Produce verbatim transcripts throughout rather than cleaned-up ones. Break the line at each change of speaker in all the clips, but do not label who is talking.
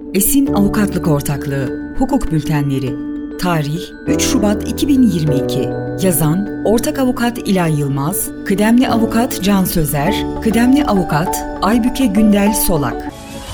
Esin Avukatlık Ortaklığı Hukuk Bültenleri. Tarih üç Şubat iki bin yirmi iki. Yazan Ortak Avukat İlay Yılmaz, Kıdemli Avukat Can Sözer, Kıdemli Avukat Aybüke Gündel Solak.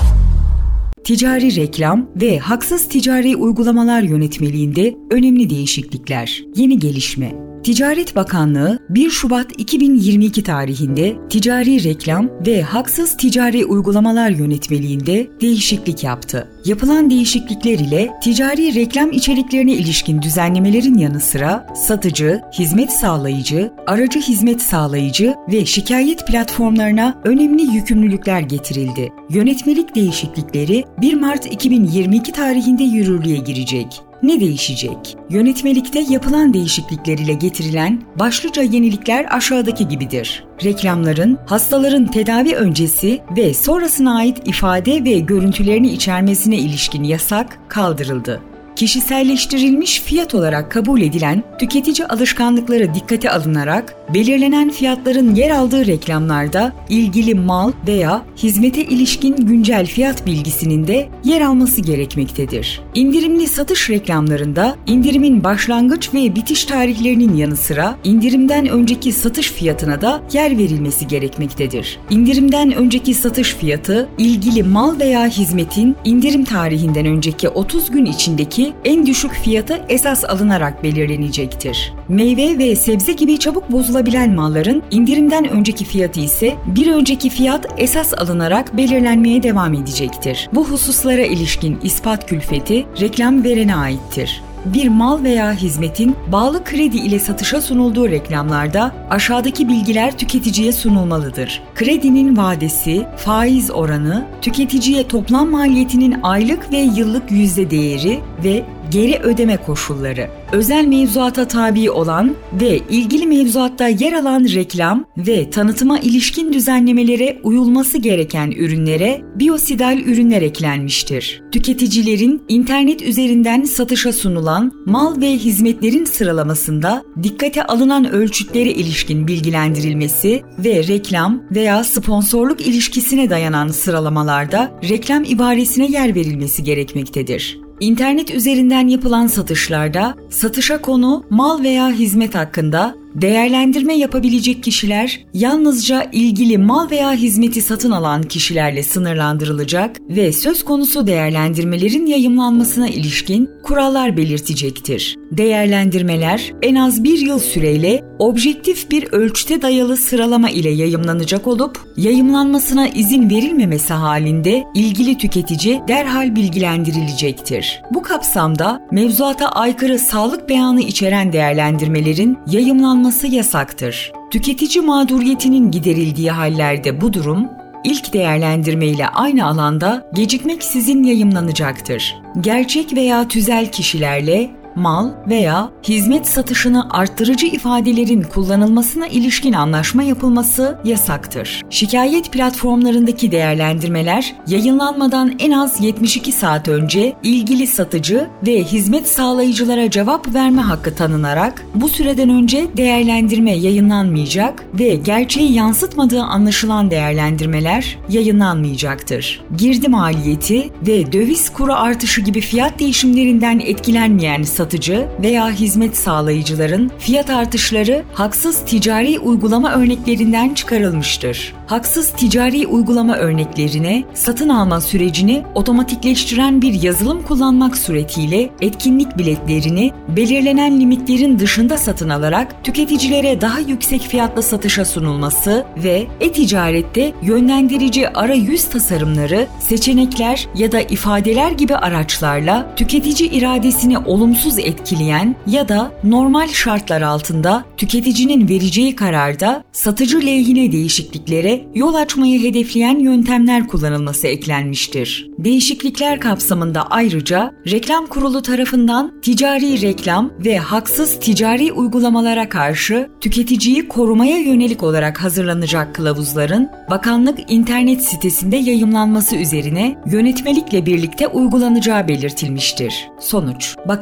Ticari reklam ve haksız ticari uygulamalar yönetmeliğinde önemli değişiklikler. Yeni gelişme. Ticaret Bakanlığı bir Şubat iki bin yirmi iki tarihinde ticari reklam ve haksız ticari uygulamalar yönetmeliğinde değişiklik yaptı. Yapılan değişiklikler ile ticari reklam içeriklerine ilişkin düzenlemelerin yanı sıra satıcı, hizmet sağlayıcı, aracı hizmet sağlayıcı ve şikayet platformlarına önemli yükümlülükler getirildi. Yönetmelik değişiklikleri bir Mart iki bin yirmi iki tarihinde yürürlüğe girecek. Ne değişecek? Yönetmelikte yapılan değişiklikler ile getirilen başlıca yenilikler aşağıdaki gibidir. Reklamların hastaların tedavi öncesi ve sonrasına ait ifade ve görüntülerini içermesine ilişkin yasak kaldırıldı. Kişiselleştirilmiş fiyat olarak kabul edilen tüketici alışkanlıkları dikkate alınarak belirlenen fiyatların yer aldığı reklamlarda ilgili mal veya hizmete ilişkin güncel fiyat bilgisinin de yer alması gerekmektedir. İndirimli satış reklamlarında indirimin başlangıç ve bitiş tarihlerinin yanı sıra indirimden önceki satış fiyatına da yer verilmesi gerekmektedir. İndirimden önceki satış fiyatı ilgili mal veya hizmetin indirim tarihinden önceki otuz gün içindeki en düşük fiyatı esas alınarak belirlenecektir. Meyve ve sebze gibi çabuk bozulabilen malların indirimden önceki fiyatı ise bir önceki fiyat esas alınarak belirlenmeye devam edecektir. Bu hususlara ilişkin ispat külfeti reklam verene aittir. Bir mal veya hizmetin bağlı kredi ile satışa sunulduğu reklamlarda aşağıdaki bilgiler tüketiciye sunulmalıdır. Kredinin vadesi, faiz oranı, tüketiciye toplam maliyetinin aylık ve yıllık yüzde değeri ve geri ödeme koşulları, özel mevzuata tabi olan ve ilgili mevzuatta yer alan reklam ve tanıtıma ilişkin düzenlemelere uyulması gereken ürünlere biyosidal ürünler eklenmiştir. Tüketicilerin internet üzerinden satışa sunulan mal ve hizmetlerin sıralamasında dikkate alınan ölçütlere ilişkin bilgilendirilmesi ve reklam veya sponsorluk ilişkisine dayanan sıralamalarda reklam ibaresine yer verilmesi gerekmektedir. İnternet üzerinden yapılan satışlarda satışa konu mal veya hizmet hakkında değerlendirme yapabilecek kişiler yalnızca ilgili mal veya hizmeti satın alan kişilerle sınırlandırılacak ve söz konusu değerlendirmelerin yayımlanmasına ilişkin kurallar belirtecektir. Değerlendirmeler en az bir yıl süreyle objektif bir ölçüte dayalı sıralama ile yayımlanacak olup yayımlanmasına izin verilmemesi halinde ilgili tüketici derhal bilgilendirilecektir. Bu kapsamda mevzuata aykırı sağlık beyanı içeren değerlendirmelerin yayımlanması yasaktır. Tüketici mağduriyetinin giderildiği hallerde bu durum ilk değerlendirme ile aynı alanda gecikmeksizin yayımlanacaktır. Gerçek veya tüzel kişilerle mal veya hizmet satışını arttırıcı ifadelerin kullanılmasına ilişkin anlaşma yapılması yasaktır. Şikayet platformlarındaki değerlendirmeler yayınlanmadan en az yetmiş iki saat önce ilgili satıcı ve hizmet sağlayıcılara cevap verme hakkı tanınarak bu süreden önce değerlendirme yayınlanmayacak ve gerçeği yansıtmadığı anlaşılan değerlendirmeler yayınlanmayacaktır. Girdi maliyeti ve döviz kuru artışı gibi fiyat değişimlerinden etkilenmeyen satıcı satıcı veya hizmet sağlayıcıların fiyat artışları haksız ticari uygulama örneklerinden çıkarılmıştır. Haksız ticari uygulama örneklerine satın alma sürecini otomatikleştiren bir yazılım kullanmak suretiyle etkinlik biletlerini belirlenen limitlerin dışında satın alarak tüketicilere daha yüksek fiyatla satışa sunulması ve e-ticarette yönlendirici arayüz tasarımları, seçenekler ya da ifadeler gibi araçlarla tüketici iradesini olumsuz etkileyen ya da normal şartlar altında tüketicinin vereceği kararda satıcı lehine değişikliklere yol açmayı hedefleyen yöntemler kullanılması eklenmiştir. Değişiklikler kapsamında ayrıca Reklam Kurulu tarafından ticari reklam ve haksız ticari uygulamalara karşı tüketiciyi korumaya yönelik olarak hazırlanacak kılavuzların bakanlık internet sitesinde yayımlanması üzerine yönetmelikle birlikte uygulanacağı belirtilmiştir. Sonuç: Bakanlık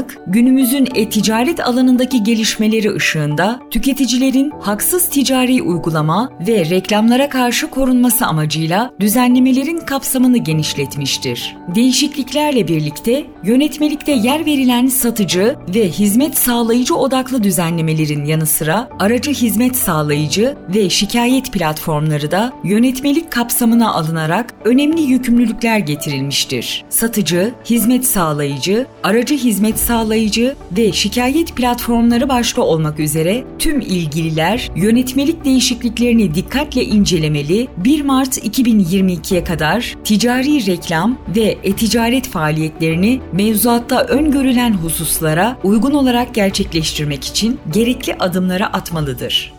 olarak günümüzün e-ticaret alanındaki gelişmeleri ışığında tüketicilerin haksız ticari uygulama ve reklamlara karşı korunması amacıyla düzenlemelerin kapsamını genişletmiştir. Değişikliklerle birlikte yönetmelikte yer verilen satıcı ve hizmet sağlayıcı odaklı düzenlemelerin yanı sıra aracı hizmet sağlayıcı ve şikayet platformları da yönetmelik kapsamına alınarak önemli yükümlülükler getirilmiştir. Satıcı, hizmet sağlayıcı, aracı hizmet sağlayıcı ve şikayet platformları başta olmak üzere tüm ilgililer yönetmelik değişikliklerini dikkatle incelemeli, bir Mart iki bin yirmi ikiye kadar ticari reklam ve e-ticaret faaliyetlerini mevzuatta öngörülen hususlara uygun olarak gerçekleştirmek için gerekli adımları atmalıdır.